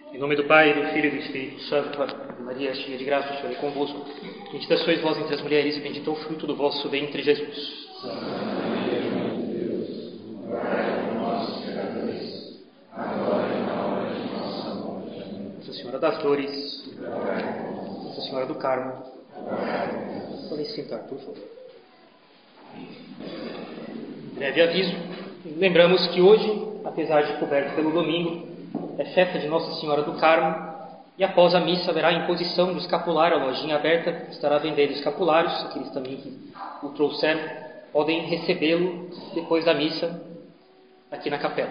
Em nome do Pai, do Filho e do Espírito Santo. Ave Maria, cheia de graça, o Senhor é convosco. Bendita sois vós entre as mulheres e bendito é o fruto do vosso ventre, Jesus. Santa Maria, Mãe de Deus, rogai por nós, pecadores, agora e na hora de nossa morte. Amém. Nossa Senhora das Dores, Nossa Senhora do Carmo, podem se sentar, por favor. Breve aviso, lembramos que hoje, apesar de coberto pelo domingo, é festa de Nossa Senhora do Carmo, e após a missa haverá a imposição do escapulário, a lojinha aberta estará vendendo escapulários, aqueles também que o trouxeram podem recebê-lo depois da missa aqui na capela.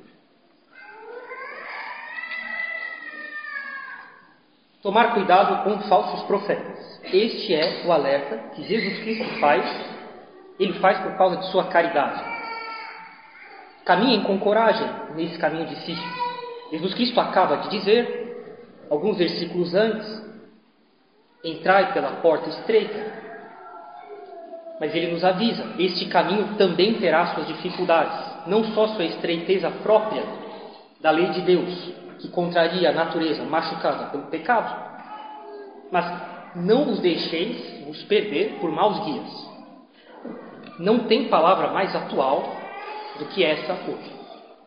Tomar cuidado com falsos profetas. Este é o alerta que Jesus Cristo faz, ele faz por causa de sua caridade. Caminhem com coragem nesse caminho difícil. Jesus Cristo acaba de dizer, alguns versículos antes, entrai pela porta estreita. Mas ele nos avisa, este caminho também terá suas dificuldades, não só sua estreiteza própria da lei de Deus, que contraria a natureza machucada pelo pecado, mas não os deixeis vos perder por maus guias. Não tem palavra mais atual do que essa hoje.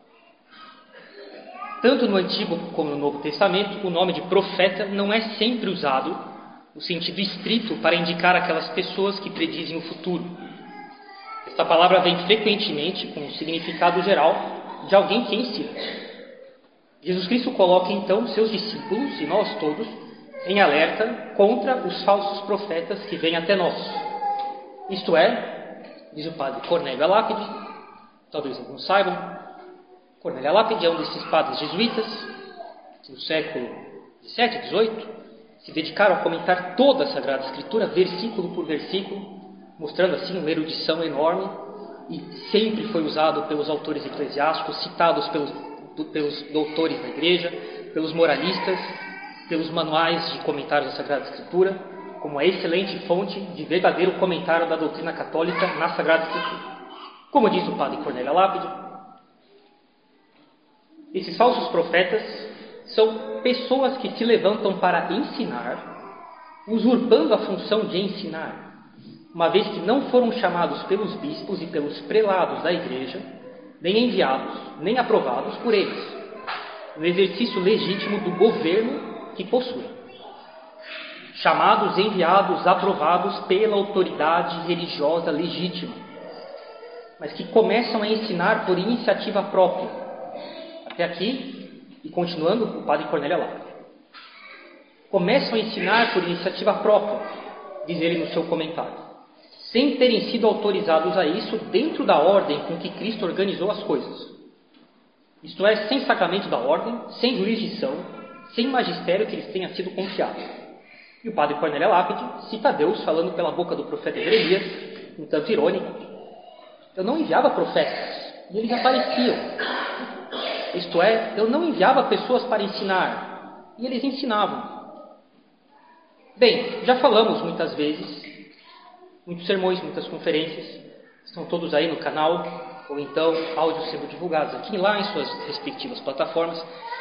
Tanto no Antigo como no Novo Testamento, o nome de profeta não é sempre usado no sentido estrito para indicar aquelas pessoas que predizem o futuro. Esta palavra vem frequentemente com o significado geral de alguém que ensina. Jesus Cristo coloca então seus discípulos e nós todos em alerta contra os falsos profetas que vêm até nós. Isto é, diz o padre Cornélio Lápide, talvez alguns saibam, Cornélio Lápide é um desses padres jesuítas que no século XVII, XVIII se dedicaram a comentar toda a Sagrada Escritura, versículo por versículo, mostrando assim uma erudição enorme, e sempre foi usado pelos autores eclesiásticos, citados pelos doutores da Igreja, pelos moralistas, pelos manuais de comentários da Sagrada Escritura, como uma excelente fonte de verdadeiro comentário da doutrina católica na Sagrada Escritura. Como diz o padre Cornélio Lápide, esses falsos profetas são pessoas que se levantam para ensinar, usurpando a função de ensinar, uma vez que não foram chamados pelos bispos e pelos prelados da Igreja, nem enviados, nem aprovados por eles, no exercício legítimo do governo que possuem. Chamados, enviados, aprovados pela autoridade religiosa legítima, mas que começam a ensinar por iniciativa própria. Até aqui, e continuando, o padre Cornélio Lápide. Começam a ensinar por iniciativa própria, diz ele no seu comentário, sem terem sido autorizados a isso dentro da ordem com que Cristo organizou as coisas. Isto é, sem sacramento da ordem, sem jurisdição, sem magistério que lhes tenha sido confiado. E o padre Cornélio Lápide cita Deus falando pela boca do profeta Jeremias, um tanto irônico: eu não enviava profetas, e eles apareciam. Isto é, eu não enviava pessoas para ensinar, e eles ensinavam. Bem, já falamos muitas vezes, muitos sermões, muitas conferências, estão todos aí no canal, ou então áudios sendo divulgados aqui lá em suas respectivas plataformas,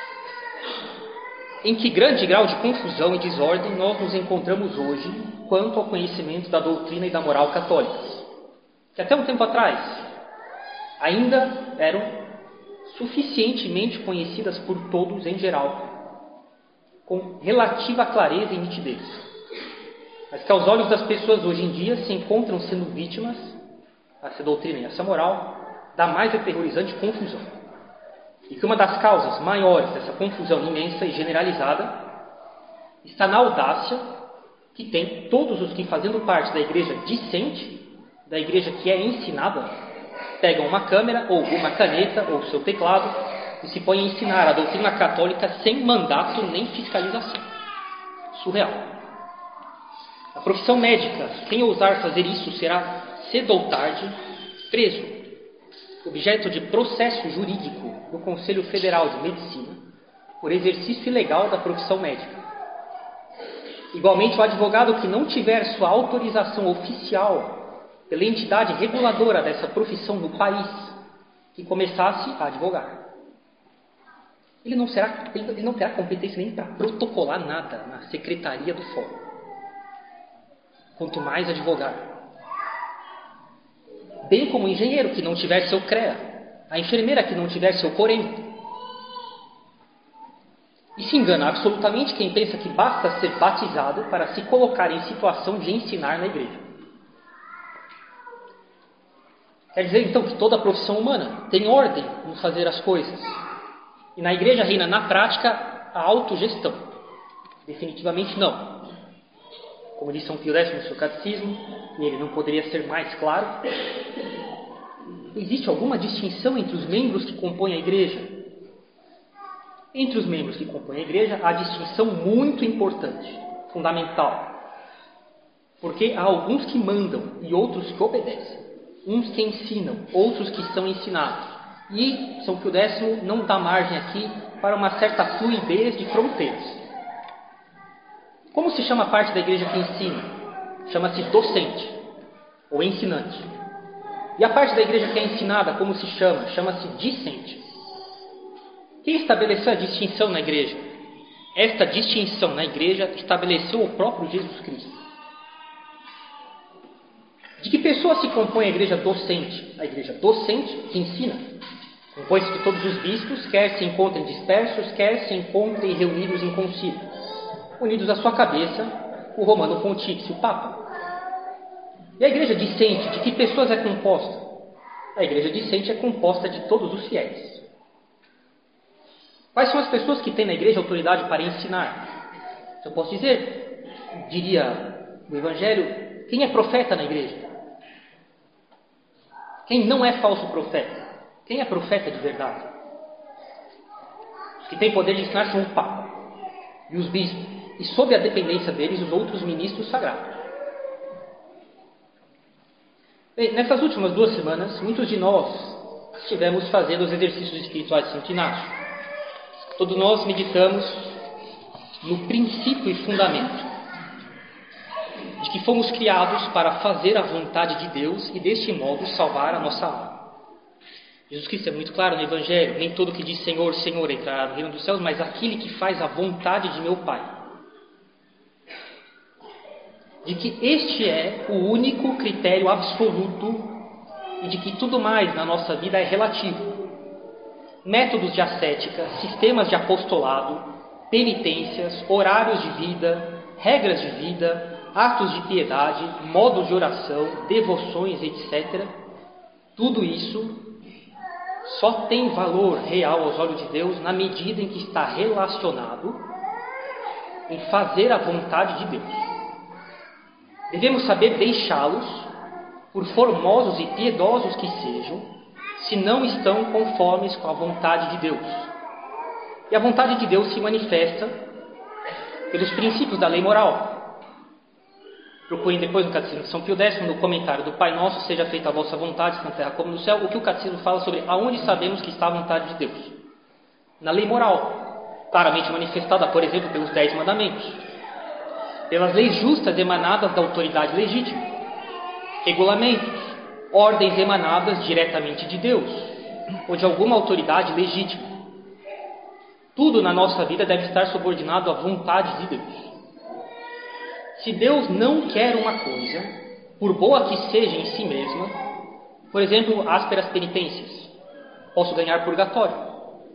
em que grande grau de confusão e desordem nós nos encontramos hoje quanto ao conhecimento da doutrina e da moral católicas, que até um tempo atrás ainda eram suficientemente conhecidas por todos em geral, com relativa clareza e nitidez, mas que aos olhos das pessoas hoje em dia se encontram sendo vítimas, essa doutrina e essa moral, da mais aterrorizante confusão. E que uma das causas maiores dessa confusão imensa e generalizada está na audácia que tem todos os que, fazendo parte da igreja discente, da igreja que é ensinada, pegam uma câmera ou uma caneta ou seu teclado e se põem a ensinar a doutrina católica sem mandato nem fiscalização. Surreal. A profissão médica, quem ousar fazer isso será, cedo ou tarde, preso, objeto de processo jurídico no Conselho Federal de Medicina por exercício ilegal da profissão médica. Igualmente, o advogado que não tiver sua autorização oficial pela entidade reguladora dessa profissão no país, que começasse a advogar. ele não terá competência nem para protocolar nada na secretaria do fórum, quanto mais advogar. Bem como o engenheiro que não tiver seu CREA, a enfermeira que não tiver seu COREM. E se engana absolutamente quem pensa que basta ser batizado para se colocar em situação de ensinar na igreja. Quer dizer então que toda a profissão humana tem ordem no fazer as coisas. E na igreja reina na prática a autogestão. Definitivamente não. Como diz São Pio X no seu catecismo, e ele não poderia ser mais claro, existe alguma distinção entre os membros que compõem a igreja? Entre os membros que compõem a igreja, há distinção muito importante, fundamental. Porque há alguns que mandam e outros que obedecem. Uns que ensinam, outros que são ensinados. E São Pio X não dá margem aqui para uma certa fluidez de fronteiras. Como se chama a parte da igreja que ensina? Chama-se docente, ou ensinante. E a parte da igreja que é ensinada, como se chama? Chama-se discente. Quem estabeleceu a distinção na igreja? Esta distinção na igreja estabeleceu o próprio Jesus Cristo. De que pessoa se compõe a igreja docente? A igreja docente que ensina. Compõe-se de todos os bispos, quer se encontrem dispersos, quer se encontrem reunidos em concílio. Unidos à sua cabeça, o Romano Pontífice, o Papa. E a igreja discente, de que pessoas é composta? A igreja discente é composta de todos os fiéis. Quais são as pessoas que têm na igreja autoridade para ensinar? Eu posso dizer, diria o Evangelho, quem é profeta na igreja? Quem não é falso profeta? Quem é profeta de verdade? Os que têm poder de ensinar são o Papa e os bispos, e sob a dependência deles os outros ministros sagrados. Bem, nessas últimas 2 semanas, muitos de nós estivemos fazendo os exercícios espirituais de Santo Inácio. Todos nós meditamos no princípio e fundamento de que fomos criados para fazer a vontade de Deus e deste modo salvar a nossa alma. Jesus Cristo é muito claro no Evangelho: nem todo que diz Senhor, Senhor entrará no reino dos céus, mas aquele que faz a vontade de meu Pai. De que este é o único critério absoluto e de que tudo mais na nossa vida é relativo. Métodos de ascética, sistemas de apostolado, penitências, horários de vida, regras de vida, atos de piedade, modos de oração, devoções, etc. Tudo isso só tem valor real aos olhos de Deus na medida em que está relacionado em fazer a vontade de Deus. Devemos saber deixá-los, por formosos e piedosos que sejam, se não estão conformes com a vontade de Deus. E a vontade de Deus se manifesta pelos princípios da lei moral. Procurem depois no Catecismo de São Pio X, no comentário do Pai Nosso, seja feita a vossa vontade, tanto na terra como no céu, o que o Catecismo fala sobre aonde sabemos que está a vontade de Deus. Na lei moral, claramente manifestada, por exemplo, pelos 10 mandamentos, pelas leis justas emanadas da autoridade legítima, regulamentos, ordens emanadas diretamente de Deus, ou de alguma autoridade legítima. Tudo na nossa vida deve estar subordinado à vontade de Deus. Se Deus não quer uma coisa, por boa que seja em si mesma, por exemplo, ásperas penitências, posso ganhar purgatório.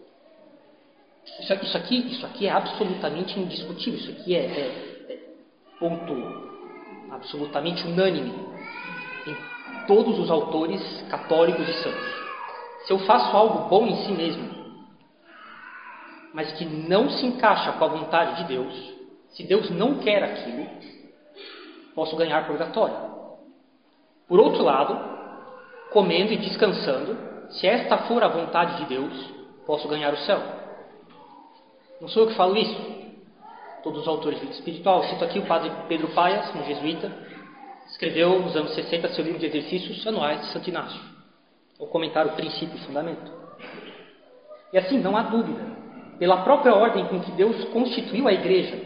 Isso aqui é absolutamente indiscutível, isso aqui é ponto absolutamente unânime em todos os autores católicos e santos. Se eu faço algo bom em si mesmo, mas que não se encaixa com a vontade de Deus, se Deus não quer aquilo, posso ganhar purgatório. Por outro lado, comendo e descansando, se esta for a vontade de Deus, posso ganhar o céu. Não sou eu que falo isso. Todos os autores de vida espiritual. Cito aqui o padre Pedro Paias, um jesuíta, escreveu nos anos 60 seu livro de exercícios anuais de Santo Inácio, o comentário Princípio e Fundamento. E assim, não há dúvida, pela própria ordem com que Deus constituiu a igreja,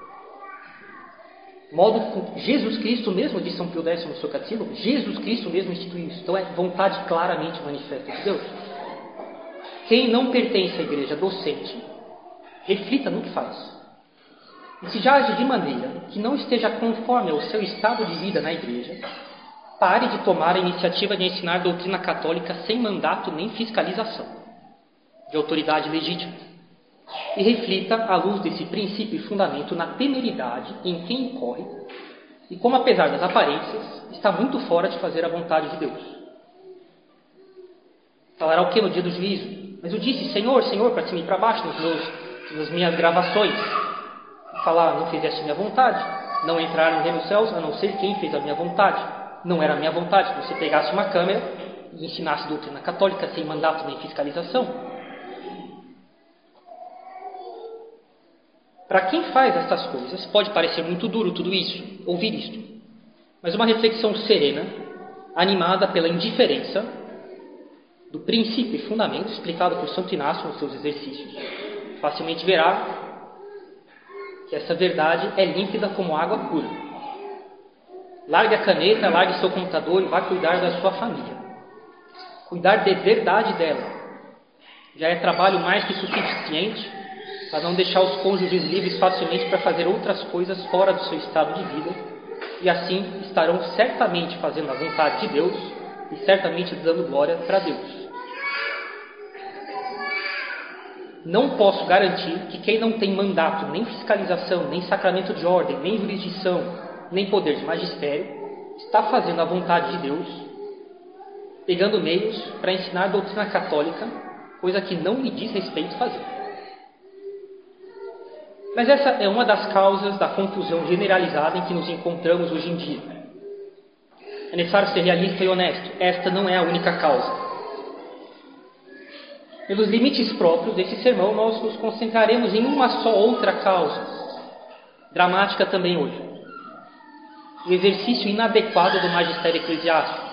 modo que Jesus Cristo mesmo, diz São Pio X no seu catecismo, Jesus Cristo mesmo instituiu isso. Então é vontade claramente manifesta de Deus. Quem não pertence à igreja docente reflita no que faz. E se já age de maneira que não esteja conforme ao seu estado de vida na igreja, pare de tomar a iniciativa de ensinar doutrina católica sem mandato nem fiscalização de autoridade legítima. E reflita, à luz desse princípio e fundamento, na temeridade em quem incorre e como, apesar das aparências, está muito fora de fazer a vontade de Deus. Falará o que no dia do juízo? Mas eu disse, Senhor, Senhor, para cima e para baixo nas minhas gravações. Falar, não fizeste minha vontade, não entraram no reino dos céus, a não ser quem fez a minha vontade. Não era a minha vontade que você pegasse uma câmera e ensinasse doutrina católica sem mandato nem fiscalização. Para quem faz estas coisas, pode parecer muito duro tudo isso, ouvir isto. Mas uma reflexão serena, animada pela indiferença do princípio e fundamento explicado por Santo Inácio nos seus exercícios, facilmente verá que essa verdade é límpida como água pura. Largue a caneta, largue seu computador e vá cuidar da sua família. Cuidar de verdade dela já é trabalho mais que suficiente para não deixar os cônjuges livres facilmente para fazer outras coisas fora do seu estado de vida, e assim estarão certamente fazendo a vontade de Deus e certamente dando glória para Deus. Não posso garantir que quem não tem mandato, nem fiscalização, nem sacramento de ordem, nem jurisdição, nem poder de magistério, está fazendo a vontade de Deus, pegando meios para ensinar doutrina católica, coisa que não me diz respeito fazer. Mas essa é uma das causas da confusão generalizada em que nos encontramos hoje em dia. É necessário ser realista e honesto. Esta não é a única causa. Pelos limites próprios desse sermão, nós nos concentraremos em uma só outra causa, dramática também hoje: o exercício inadequado do magistério eclesiástico.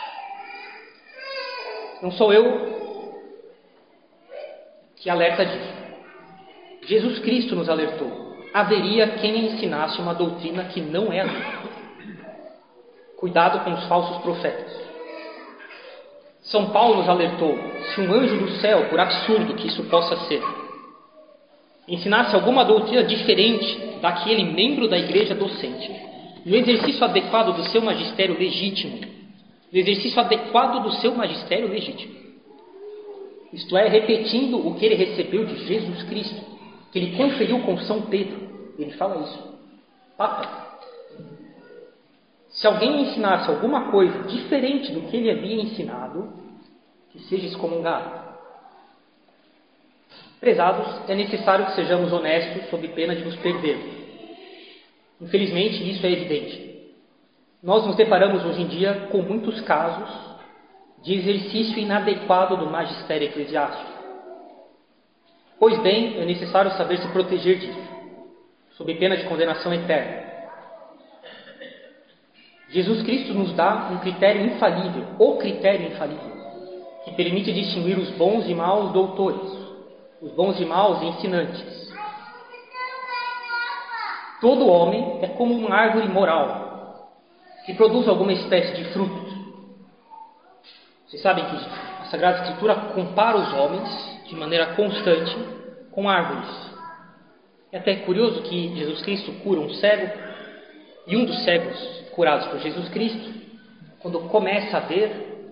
Não sou eu que alerta disso. Jesus Cristo nos alertou. Haveria quem ensinasse uma doutrina que não é a dele. Cuidado com os falsos profetas. São Paulo nos alertou: se um anjo do céu, por absurdo que isso possa ser, ensinasse alguma doutrina diferente daquele membro da igreja docente, no exercício adequado do seu magistério legítimo, isto é, repetindo o que ele recebeu de Jesus Cristo, que ele conferiu com São Pedro, ele fala isso, Papa. Se alguém ensinasse alguma coisa diferente do que ele havia ensinado, que seja excomungado. Prezados, é necessário que sejamos honestos sob pena de nos perdermos. Infelizmente, isso é evidente. Nós nos deparamos hoje em dia com muitos casos de exercício inadequado do magistério eclesiástico. Pois bem, é necessário saber se proteger disso, sob pena de condenação eterna. Jesus Cristo nos dá um critério infalível, o critério infalível, que permite distinguir os bons e maus doutores, os bons e maus ensinantes. Todo homem é como uma árvore moral, que produz alguma espécie de frutos. Vocês sabem que a Sagrada Escritura compara os homens de maneira constante com árvores. É até curioso que Jesus Cristo cura um cego, e um dos cegos curados por Jesus Cristo, quando começa a ver,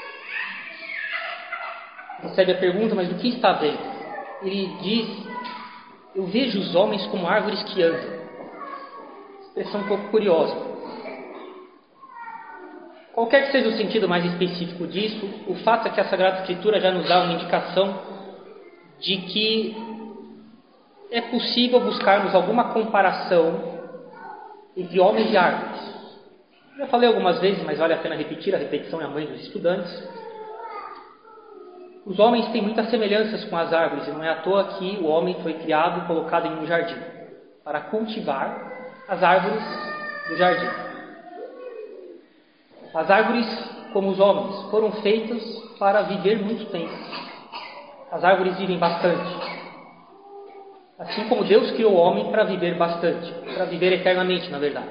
recebe a pergunta: mas o que está vendo? Ele diz: eu vejo os homens como árvores que andam. Expressão um pouco curiosa. Qualquer que seja o sentido mais específico disso, o fato é que a Sagrada Escritura já nos dá uma indicação de que é possível buscarmos alguma comparação entre homens e árvores. Já falei algumas vezes, mas vale a pena repetir, a repetição é a mãe dos estudantes. Os homens têm muitas semelhanças com as árvores, e não é à toa que o homem foi criado e colocado em um jardim, para cultivar as árvores do jardim. As árvores, como os homens, foram feitas para viver muito tempo. As árvores vivem bastante. Assim como Deus criou o homem para viver bastante, para viver eternamente, na verdade.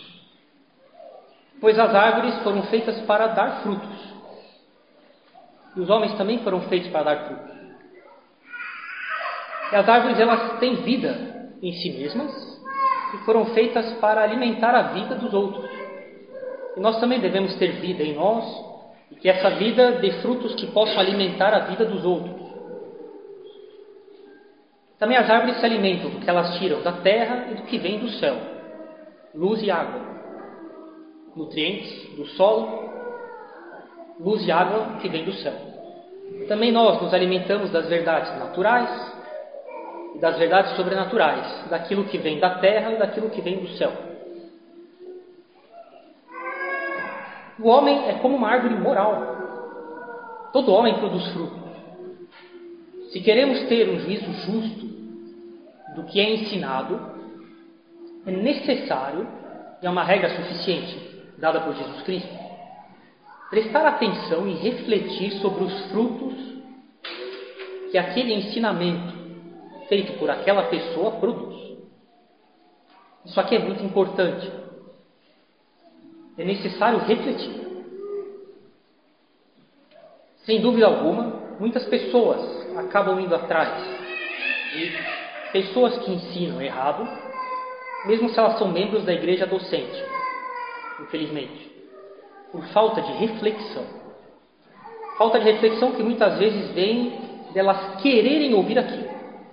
Pois as árvores foram feitas para dar frutos. E os homens também foram feitos para dar frutos. E as árvores, elas têm vida em si mesmas e foram feitas para alimentar a vida dos outros. E nós também devemos ter vida em nós e que essa vida dê frutos que possam alimentar a vida dos outros. Também as árvores se alimentam do que elas tiram da terra e do que vem do céu. Luz e água. Nutrientes do solo, luz e água que vem do céu. Também nós nos alimentamos das verdades naturais e das verdades sobrenaturais, daquilo que vem da terra e daquilo que vem do céu. O homem é como uma árvore moral. Todo homem produz fruto. Se queremos ter um juízo justo do que é ensinado, é necessário, e é uma regra suficiente, dada por Jesus Cristo, prestar atenção e refletir sobre os frutos que aquele ensinamento feito por aquela pessoa produz. Isso aqui é muito importante. É necessário refletir. Sem dúvida alguma, muitas pessoas acabam indo atrás de pessoas que ensinam errado, mesmo se elas são membros da igreja docente, infelizmente, por falta de reflexão. Falta de reflexão que muitas vezes vem delas quererem ouvir aquilo.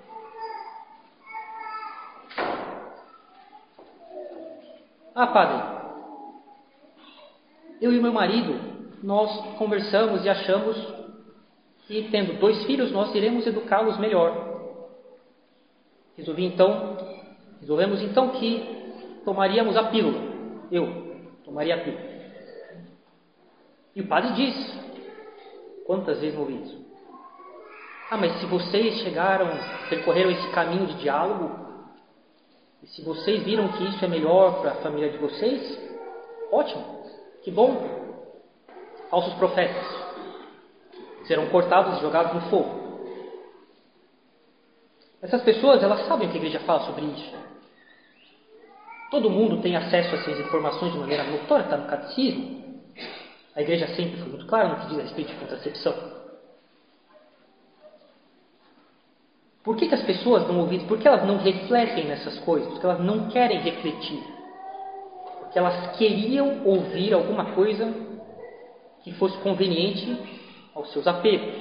Ah, padre, eu e meu marido, nós conversamos e achamos que, tendo 2 filhos, nós iremos educá-los melhor. Resolvemos então que tomaríamos a pílula. Eu tomaria a pílula. E o padre diz, quantas vezes não ouvi isso? Ah, mas se vocês percorreram esse caminho de diálogo, e se vocês viram que isso é melhor para a família de vocês, ótimo, que bom. Falsos profetas serão cortados e jogados no fogo. Essas pessoas, elas sabem o que a igreja fala sobre isso. Todo mundo tem acesso a essas informações de maneira notória, está no catecismo. A igreja sempre foi muito clara no que diz a respeito de contracepção. Por que as pessoas não ouvem? Por que elas não refletem nessas coisas? Porque elas não querem refletir. Porque elas queriam ouvir alguma coisa que fosse conveniente aos seus apegos.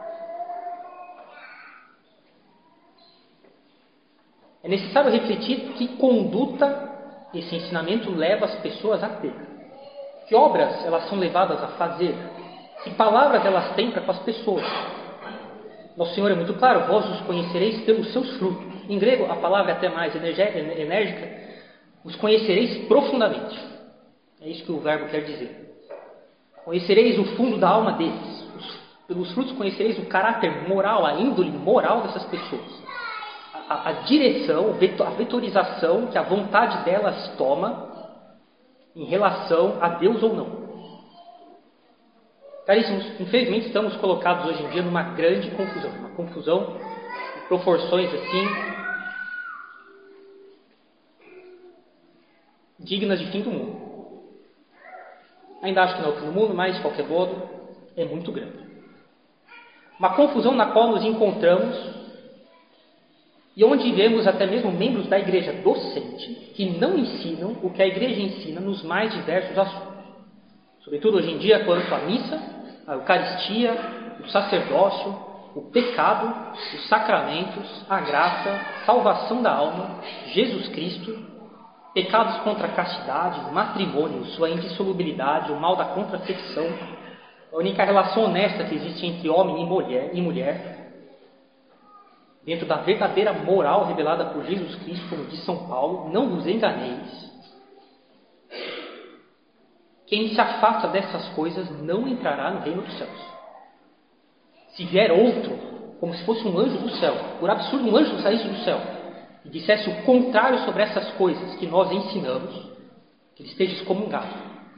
É necessário refletir que conduta esse ensinamento leva as pessoas a ter. Que obras elas são levadas a fazer. Que palavras elas têm para com as pessoas. Nosso Senhor é muito claro, vós os conhecereis pelos seus frutos. Em grego, a palavra é até mais enérgica. Os conhecereis profundamente. É isso que o verbo quer dizer. Conhecereis o fundo da alma deles. Pelos frutos conhecereis o caráter moral, a índole moral dessas pessoas. A direção, a vetorização que a vontade delas toma em relação a Deus ou não. Caríssimos, infelizmente estamos colocados hoje em dia numa grande confusão. Uma confusão de proporções assim dignas de fim do mundo. Ainda acho que não é o fim do mundo, mas de qualquer modo é muito grande. Uma confusão na qual nos encontramos e onde vemos até mesmo membros da igreja docente que não ensinam o que a igreja ensina nos mais diversos assuntos. Sobretudo hoje em dia quanto à missa, a Eucaristia, o sacerdócio, o pecado, os sacramentos, a graça, salvação da alma, Jesus Cristo, pecados contra a castidade, o matrimônio, sua indissolubilidade, o mal da contracepção, a única relação honesta que existe entre homem e mulher, dentro da verdadeira moral revelada por Jesus Cristo, como diz São Paulo, não vos enganeis. Quem se afasta dessas coisas não entrará no reino dos céus. Se vier outro, como se fosse um anjo do céu, por absurdo um anjo saísse do céu, e dissesse o contrário sobre essas coisas que nós ensinamos, que ele esteja excomungado.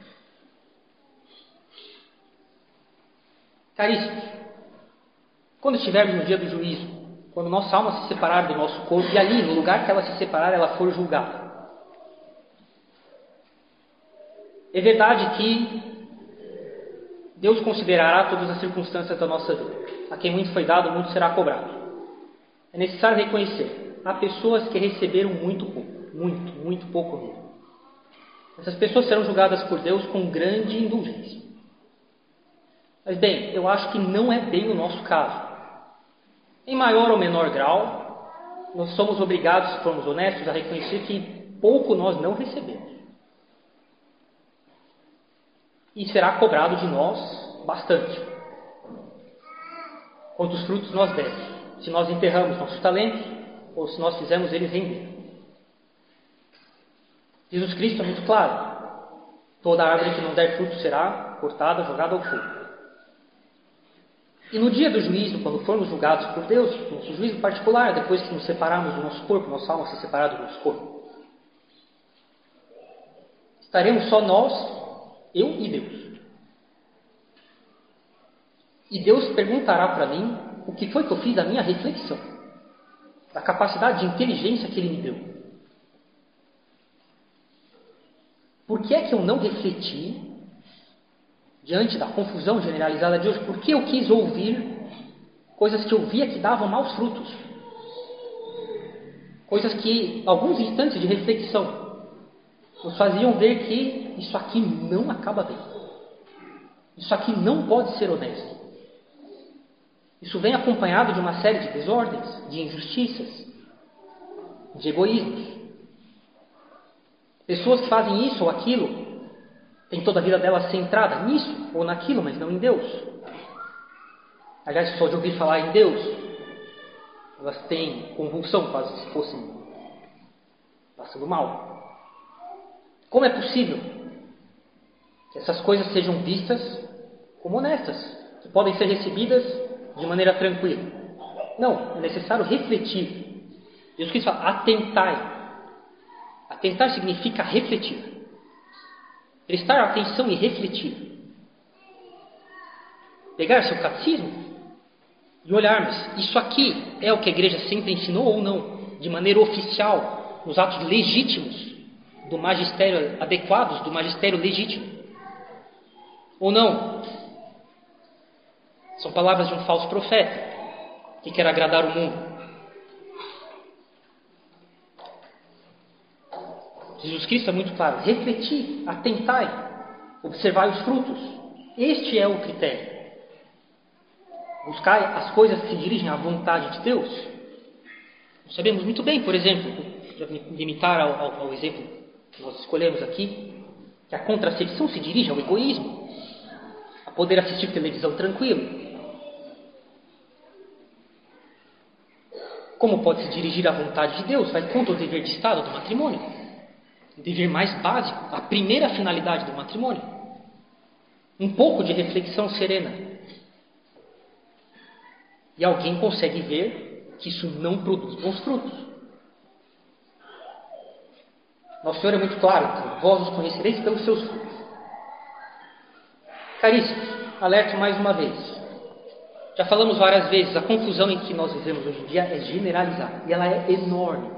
Caríssimos, quando estivermos no dia do juízo, quando nossa alma se separar do nosso corpo, e ali, no lugar que ela se separar, ela for julgada, é verdade que Deus considerará todas as circunstâncias da nossa vida. A quem muito foi dado, muito será cobrado. é necessário reconhecer, há pessoas que receberam muito pouco, muito pouco mesmo. Essas pessoas serão julgadas por Deus com grande indulgência. Mas bem, eu acho que não é bem o nosso caso. Em maior ou menor grau, nós somos obrigados, se formos honestos, a reconhecer que pouco nós não recebemos. E será cobrado de nós bastante. Quantos frutos nós demos. Se nós enterramos nossos talentos ou se nós fizemos eles render. Jesus Cristo é muito claro. Toda árvore que não der fruto será cortada, jogada ao fogo. E no dia do juízo, quando formos julgados por Deus, nosso juízo particular, depois que nos separarmos do nosso corpo, nossa alma se separar do nosso corpo, estaremos só nós, eu e Deus. E Deus perguntará para mim o que foi que eu fiz da minha reflexão, da capacidade de inteligência que Ele me deu. Por que é que eu não refleti diante da confusão generalizada de hoje? Por que eu quis ouvir coisas que eu via que davam maus frutos? Coisas que, alguns instantes de reflexão, nos faziam ver que isso aqui não acaba bem. Isso aqui não pode ser honesto. Isso vem acompanhado de uma série de desordens, de injustiças, de egoísmos. Pessoas que fazem isso ou aquilo, têm toda a vida delas centrada nisso ou naquilo, mas não em Deus. Aliás, só de ouvir falar em Deus, elas têm convulsão, quase se fossem passando mal. Como é possível que essas coisas sejam vistas como honestas, que podem ser recebidas de maneira tranquila? Não, é necessário refletir. Jesus Cristo fala, atentai. Atentar significa refletir. Prestar atenção e refletir. Pegar seu catecismo e olharmos, isso aqui é o que a igreja sempre ensinou ou não, de maneira oficial, nos atos legítimos do magistério, adequados do magistério legítimo, ou não? São palavras de um falso profeta que quer agradar o mundo. Jesus Cristo é muito claro, refletir, atentai, observai os frutos. Este é o critério. Buscai as coisas que se dirigem à vontade de Deus. Nós sabemos muito bem, por exemplo, para limitar ao exemplo que nós escolhemos aqui, que a contracepção se dirige ao egoísmo, a poder assistir televisão tranquilo. Como pode se dirigir à vontade de Deus? Vai contra o dever de Estado do matrimônio. O dever mais básico, a primeira finalidade do matrimônio. Um pouco de reflexão serena. E alguém consegue ver que isso não produz bons frutos. Nosso Senhor é muito claro, então, vós os conhecereis pelos seus frutos. Caríssimos, alerto mais uma vez. Já falamos várias vezes, a confusão em que nós vivemos hoje em dia é generalizada. E ela é enorme.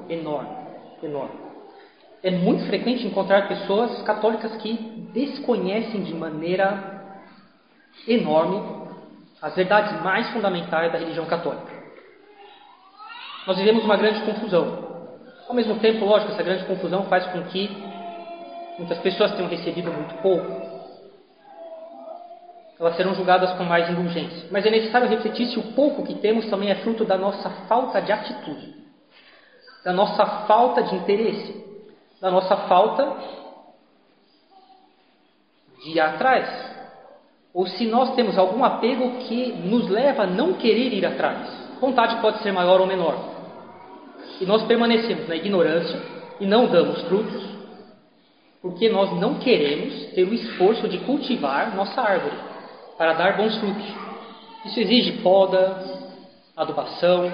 É muito frequente encontrar pessoas católicas que desconhecem de maneira enorme as verdades mais fundamentais da religião católica. Nós vivemos uma grande confusão. Ao mesmo tempo, lógico, essa grande confusão faz com que muitas pessoas tenham recebido muito pouco. Elas serão julgadas com mais indulgência. Mas é necessário refletir se o pouco que temos também é fruto da nossa falta de atitude, da nossa falta de interesse, da nossa falta de ir atrás. Ou se nós temos algum apego que nos leva a não querer ir atrás. Vontade pode ser maior ou menor. E nós permanecemos na ignorância e não damos frutos, porque nós não queremos ter o esforço de cultivar nossa árvore para dar bons frutos. Isso exige poda, adubação,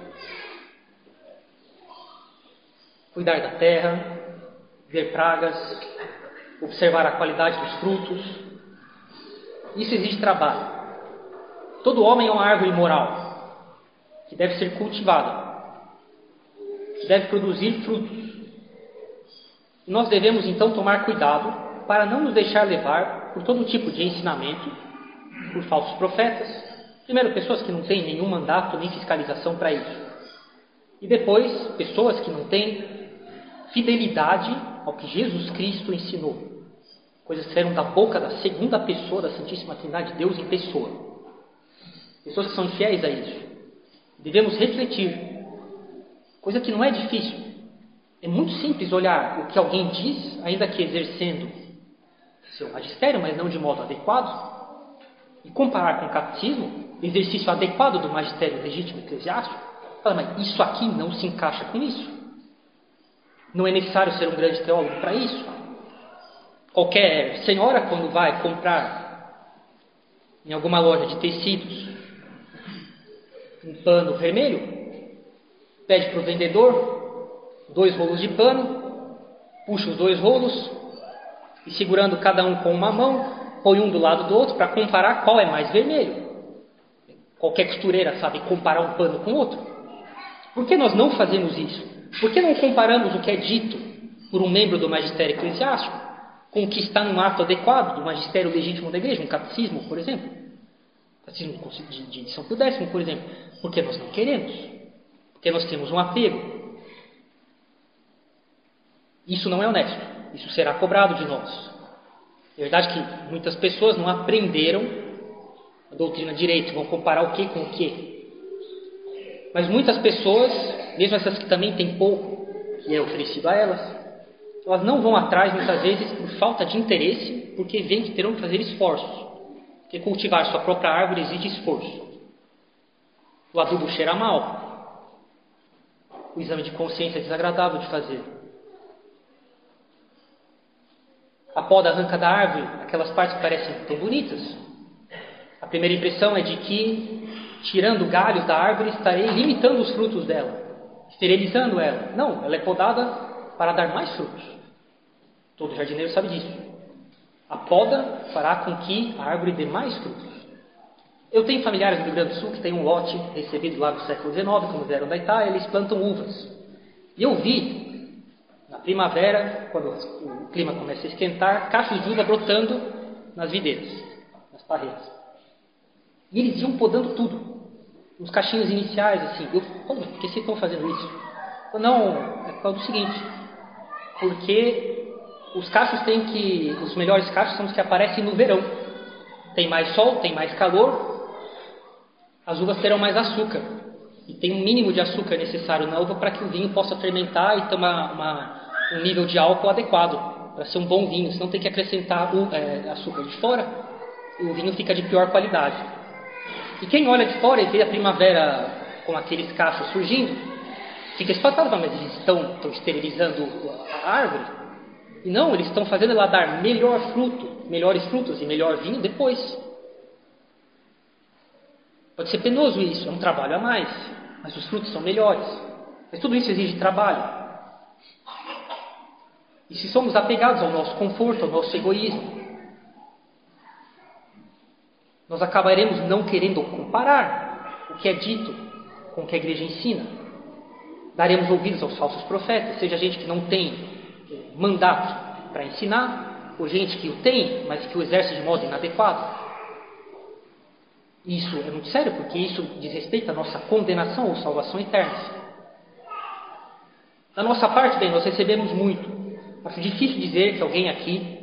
cuidar da terra, ver pragas, observar a qualidade dos frutos. Isso exige trabalho. Todo homem é uma árvore moral que deve ser cultivada, que deve produzir frutos. E nós devemos então tomar cuidado para não nos deixar levar por todo tipo de ensinamento, por falsos profetas. Primeiro, pessoas que não têm nenhum mandato nem fiscalização para isso. E depois, pessoas que não têm fidelidade ao que Jesus Cristo ensinou. Coisas que saíram da boca da segunda pessoa da Santíssima Trindade, Deus em pessoa. Pessoas que são infiéis a isso. Devemos refletir. Coisa que não é difícil. É muito simples olhar o que alguém diz, ainda que exercendo seu magistério, mas não de modo adequado, e comparar com o catecismo, o exercício adequado do magistério legítimo eclesiástico. Fala, mas isso aqui não se encaixa com isso. Não é necessário ser um grande teólogo para isso. Qualquer senhora, quando vai comprar em alguma loja de tecidos um pano vermelho, pede para o vendedor 2 rolos de pano, puxa os 2 rolos e, segurando cada um com uma mão, põe um do lado do outro para comparar qual é mais vermelho. Qualquer costureira sabe comparar um pano com outro. Por que nós não fazemos isso? Por que não comparamos o que é dito por um membro do magistério eclesiástico com o que está no ato adequado do magistério legítimo da igreja, um catecismo, por exemplo? Catecismo de São Pio X, por exemplo. Porque nós não queremos. Porque nós temos um apego. Isso não é honesto. Isso será cobrado de nós. É verdade que muitas pessoas não aprenderam a doutrina direito, vão comparar o que com o que. Mas muitas pessoas, mesmo essas que também têm pouco que é oferecido a elas não vão atrás muitas vezes por falta de interesse, porque veem que terão que fazer esforços. Porque cultivar sua própria árvore exige esforço. O adubo cheira mal. O exame de consciência é desagradável de fazer. A poda arranca da árvore aquelas partes que parecem tão bonitas. A primeira impressão é de que, tirando galhos da árvore, estarei limitando os frutos dela, esterilizando ela. Não, ela é podada para dar mais frutos. Todo jardineiro sabe disso. A poda fará com que a árvore dê mais frutos. Eu tenho familiares no Rio Grande do Sul que têm um lote recebido lá no século XIX, quando vieram da Itália, eles plantam uvas. E eu vi, na primavera, quando o clima começa a esquentar, cachos de uva brotando nas videiras, nas parreiras. E eles iam podando tudo. Os cachinhos iniciais, assim. Eu falei, por que vocês estão fazendo isso? Eu, não, é por causa do seguinte. Porque os cachos têm que... Os melhores cachos são os que aparecem no verão. Tem mais sol, tem mais calor. As uvas terão mais açúcar. E tem um mínimo de açúcar necessário na uva para que o vinho possa fermentar e ter um nível de álcool adequado. Para ser um bom vinho. Senão tem que acrescentar açúcar de fora. E o vinho fica de pior qualidade. E quem olha de fora e vê a primavera com aqueles cachos surgindo, fica espantado, mas eles estão esterilizando a árvore? E não, eles estão fazendo ela dar melhores frutos e melhor vinho depois. Pode ser penoso isso, é um trabalho a mais, mas os frutos são melhores. Mas tudo isso exige trabalho. E se somos apegados ao nosso conforto, ao nosso egoísmo, nós acabaremos não querendo comparar o que é dito com o que a igreja ensina. Daremos ouvidos aos falsos profetas, seja gente que não tem mandato para ensinar, ou gente que o tem, mas que o exerce de modo inadequado. Isso é muito sério, porque isso diz respeito à nossa condenação ou salvação eterna. Da nossa parte, bem, nós recebemos muito. Acho difícil dizer que alguém aqui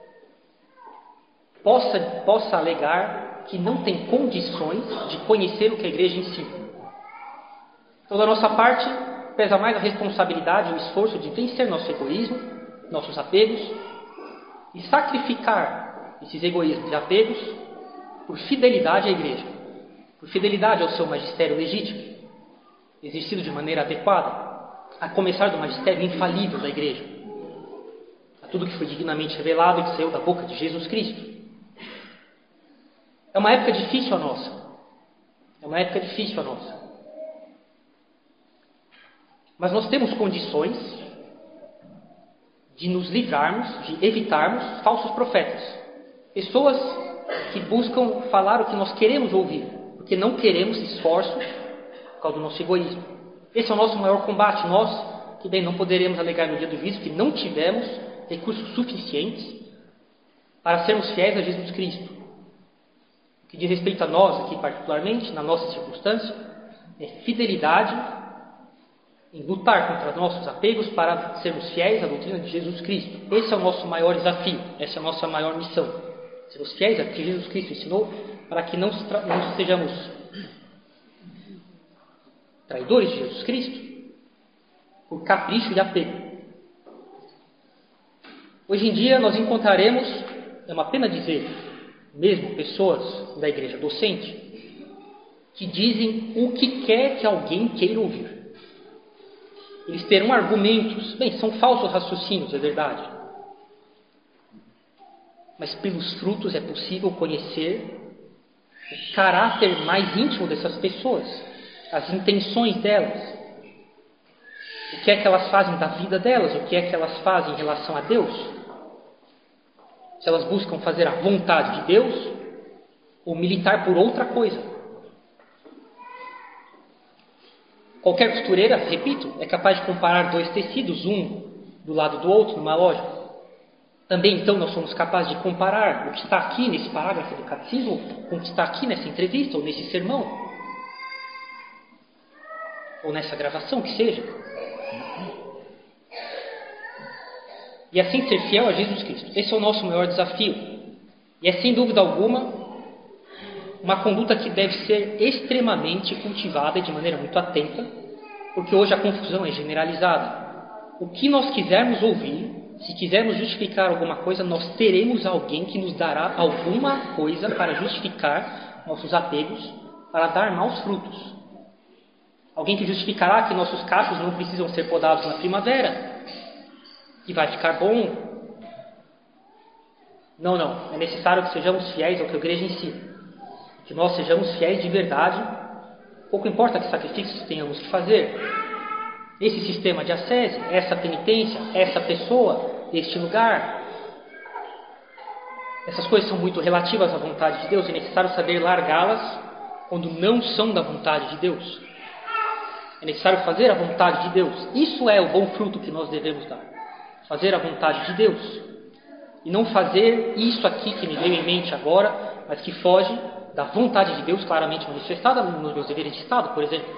possa alegar que não tem condições de conhecer o que a igreja ensina. Então, da nossa parte, pesa mais a responsabilidade e o esforço de vencer nosso egoísmo, nossos apegos, e sacrificar esses egoísmos e apegos por fidelidade à igreja, por fidelidade ao seu magistério legítimo, exercido de maneira adequada, a começar do magistério infalível da igreja, a tudo que foi divinamente revelado e que saiu da boca de Jesus Cristo. É uma época difícil a nossa. Mas nós temos condições de nos livrarmos, de evitarmos falsos profetas. Pessoas que buscam falar o que nós queremos ouvir, porque não queremos esforços por causa do nosso egoísmo. Esse é o nosso maior combate. Nós, que bem, não poderemos alegar no dia do juízo que não tivemos recursos suficientes para sermos fiéis a Jesus Cristo. O que diz respeito a nós aqui particularmente, na nossa circunstância, é fidelidade em lutar contra nossos apegos para sermos fiéis à doutrina de Jesus Cristo. Esse é o nosso maior desafio, essa é a nossa maior missão. Sermos fiéis a que Jesus Cristo ensinou, para que não sejamos traidores de Jesus Cristo por capricho e apego. Hoje em dia nós encontraremos, é uma pena dizer, mesmo pessoas da igreja docente, que dizem o que quer que alguém queira ouvir. Eles terão argumentos, bem, são falsos raciocínios, é verdade. Mas pelos frutos é possível conhecer o caráter mais íntimo dessas pessoas, as intenções delas, o que é que elas fazem da vida delas, o que é que elas fazem em relação a Deus. Se elas buscam fazer a vontade de Deus ou militar por outra coisa. Qualquer costureira, repito, é capaz de comparar dois tecidos, um do lado do outro, numa loja. Também, então, nós somos capazes de comparar o que está aqui nesse parágrafo do catecismo com o que está aqui nessa entrevista ou nesse sermão, ou nessa gravação, que seja. E assim ser fiel a Jesus Cristo. Esse é o nosso maior desafio. E é, sem dúvida alguma, uma conduta que deve ser extremamente cultivada e de maneira muito atenta, porque hoje a confusão é generalizada. O que nós quisermos ouvir, se quisermos justificar alguma coisa, nós teremos alguém que nos dará alguma coisa para justificar nossos apegos, para dar maus frutos. Alguém que justificará que nossos cachos não precisam ser podados na primavera, que vai ficar bom. Não. É necessário que sejamos fiéis ao que a igreja ensina. Que nós sejamos fiéis de verdade. Pouco importa que sacrifícios tenhamos que fazer. Esse sistema de ascese, essa penitência, essa pessoa, este lugar. Essas coisas são muito relativas à vontade de Deus. É necessário saber largá-las quando não são da vontade de Deus. É necessário fazer a vontade de Deus. Isso é o bom fruto que nós devemos dar. Fazer a vontade de Deus. E não fazer isso aqui que me veio em mente agora, mas que foge da vontade de Deus claramente manifestada nos meus deveres de Estado, por exemplo.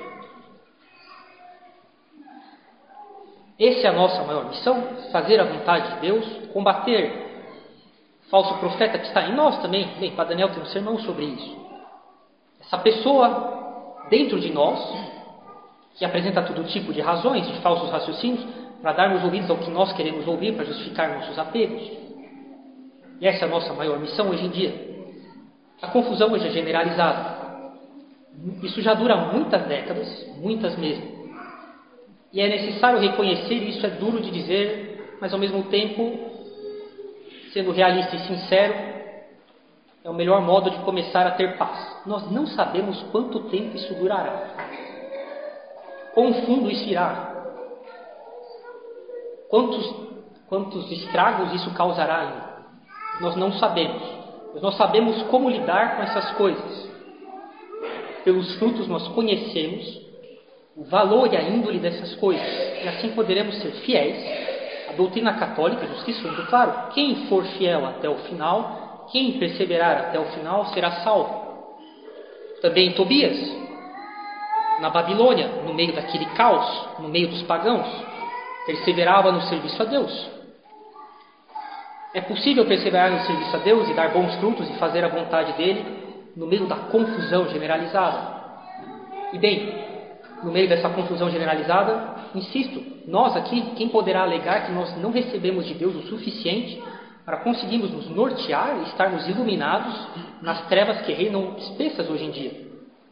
Essa é a nossa maior missão, fazer a vontade de Deus, combater o falso profeta que está em nós também. Bem, Padre Daniel tem um sermão sobre isso. Essa pessoa dentro de nós, que apresenta todo tipo de razões, de falsos raciocínios, para darmos ouvidos ao que nós queremos ouvir, para justificar nossos apegos. E essa é a nossa maior missão hoje em dia. A confusão hoje é generalizada. Isso já dura muitas décadas, muitas mesmo. E é necessário reconhecer, e isso é duro de dizer, mas ao mesmo tempo, sendo realista e sincero, é o melhor modo de começar a ter paz. Nós não sabemos quanto tempo isso durará. Quão fundo isso irá. Quantos estragos isso causará ainda. Nós não sabemos. Mas nós sabemos como lidar com essas coisas. Pelos frutos nós conhecemos o valor e a índole dessas coisas. E assim poderemos ser fiéis à doutrina católica, justiça muito claro. Quem for fiel até o final, quem perseverar até o final, será salvo. Também Tobias, na Babilônia, no meio daquele caos, no meio dos pagãos, perseverava no serviço a Deus. É possível perseverar no serviço a Deus e dar bons frutos e fazer a vontade dele no meio da confusão generalizada. E bem, no meio dessa confusão generalizada, insisto, nós aqui, quem poderá alegar que nós não recebemos de Deus o suficiente para conseguirmos nos nortear e estarmos iluminados nas trevas que reinam espessas hoje em dia?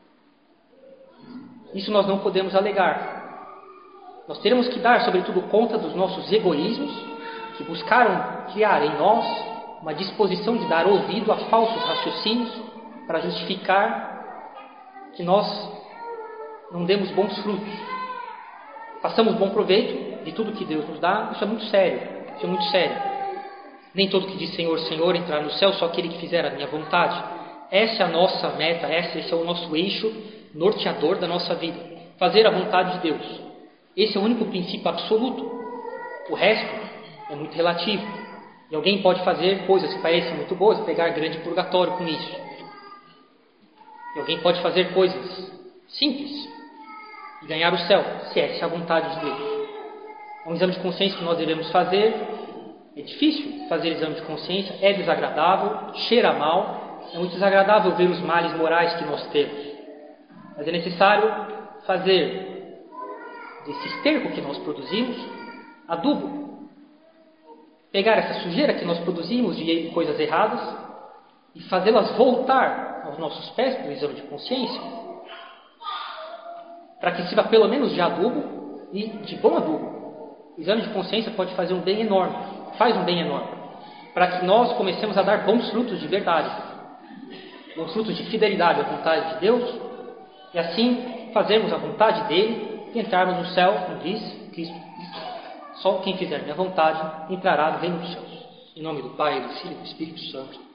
Isso nós não podemos alegar. Nós teremos que dar, sobretudo, conta dos nossos egoísmos, que buscaram criar em nós uma disposição de dar ouvido a falsos raciocínios para justificar que nós não demos bons frutos. Passamos bom proveito de tudo que Deus nos dá. Isso é muito sério. Isso é muito sério. Nem todo que diz Senhor, Senhor entrará no céu, só aquele que fizer a minha vontade. Essa é a nossa meta, esse é o nosso eixo norteador da nossa vida. Fazer a vontade de Deus. Esse é o único princípio absoluto. O resto é muito relativo. E alguém pode fazer coisas que parecem muito boas, pegar grande purgatório com isso. E alguém pode fazer coisas simples e ganhar o céu, se essa é a vontade de Deus. É um exame de consciência que nós devemos fazer. É difícil fazer exame de consciência, é desagradável, cheira mal, é muito desagradável ver os males morais que nós temos. Mas é necessário fazer desse esterco que nós produzimos adubo. Pegar essa sujeira que nós produzimos de coisas erradas e fazê-las voltar aos nossos pés pelo exame de consciência, para que sirva pelo menos de adubo e de bom adubo. O exame de consciência pode fazer um bem enorme, faz um bem enorme, para que nós comecemos a dar bons frutos de verdade, bons frutos de fidelidade à vontade de Deus, e assim fazermos a vontade dele e entrarmos no céu, como diz Cristo. Só quem fizer minha vontade entrará no reino dos céus. Em nome do Pai, do Filho e do Espírito Santo.